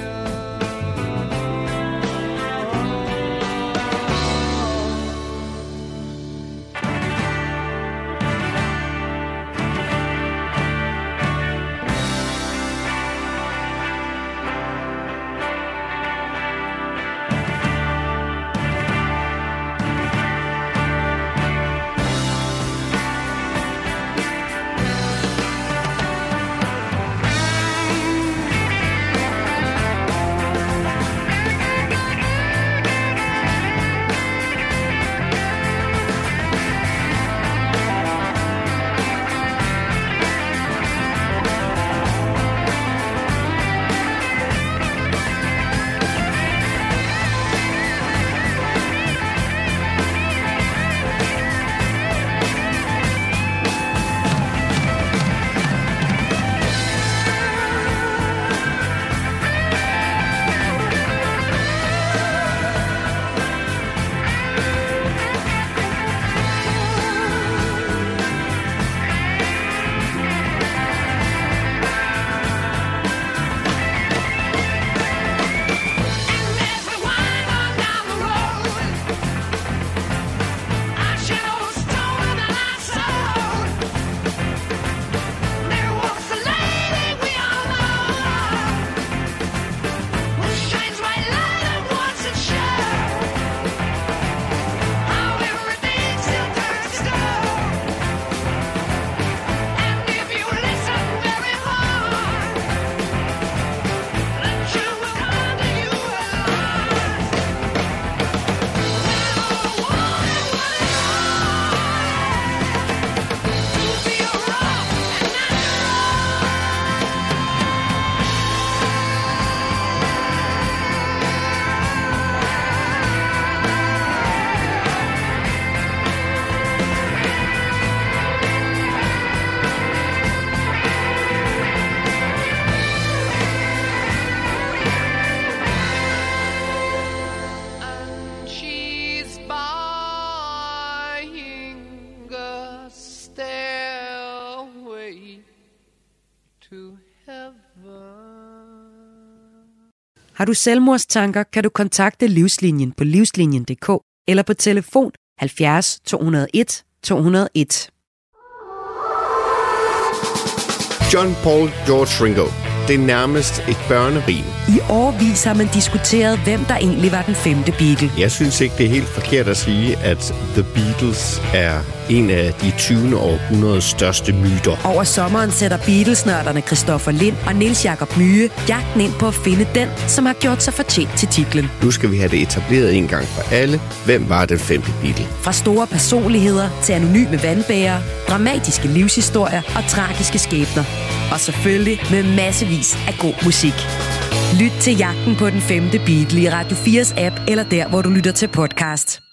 Har du selvmordstanker, kan du kontakte Livslinjen på livslinjen.dk eller på telefon 70 201 201. John Paul George Ringo. Det er nærmest et børnerim. I årevis har man diskuteret, hvem der egentlig var den femte Beatle. Jeg synes ikke, det er helt forkert at sige, at The Beatles er en af de 20. århundredes største myter. Over sommeren sætter Beatles-nørderne Christoffer Lind og Niels Jakob Myhe jagten ind på at finde den, som har gjort sig fortjent til titlen. Nu skal vi have det etableret en gang for alle. Hvem var den femte Beatle? Fra store personligheder til anonyme vandbærere, dramatiske livshistorier og tragiske skæbner. Og selvfølgelig med massevis af god musik. Lyt til Jagten på den 5. Beatle i Radio 4's app, eller der, hvor du lytter til podcast.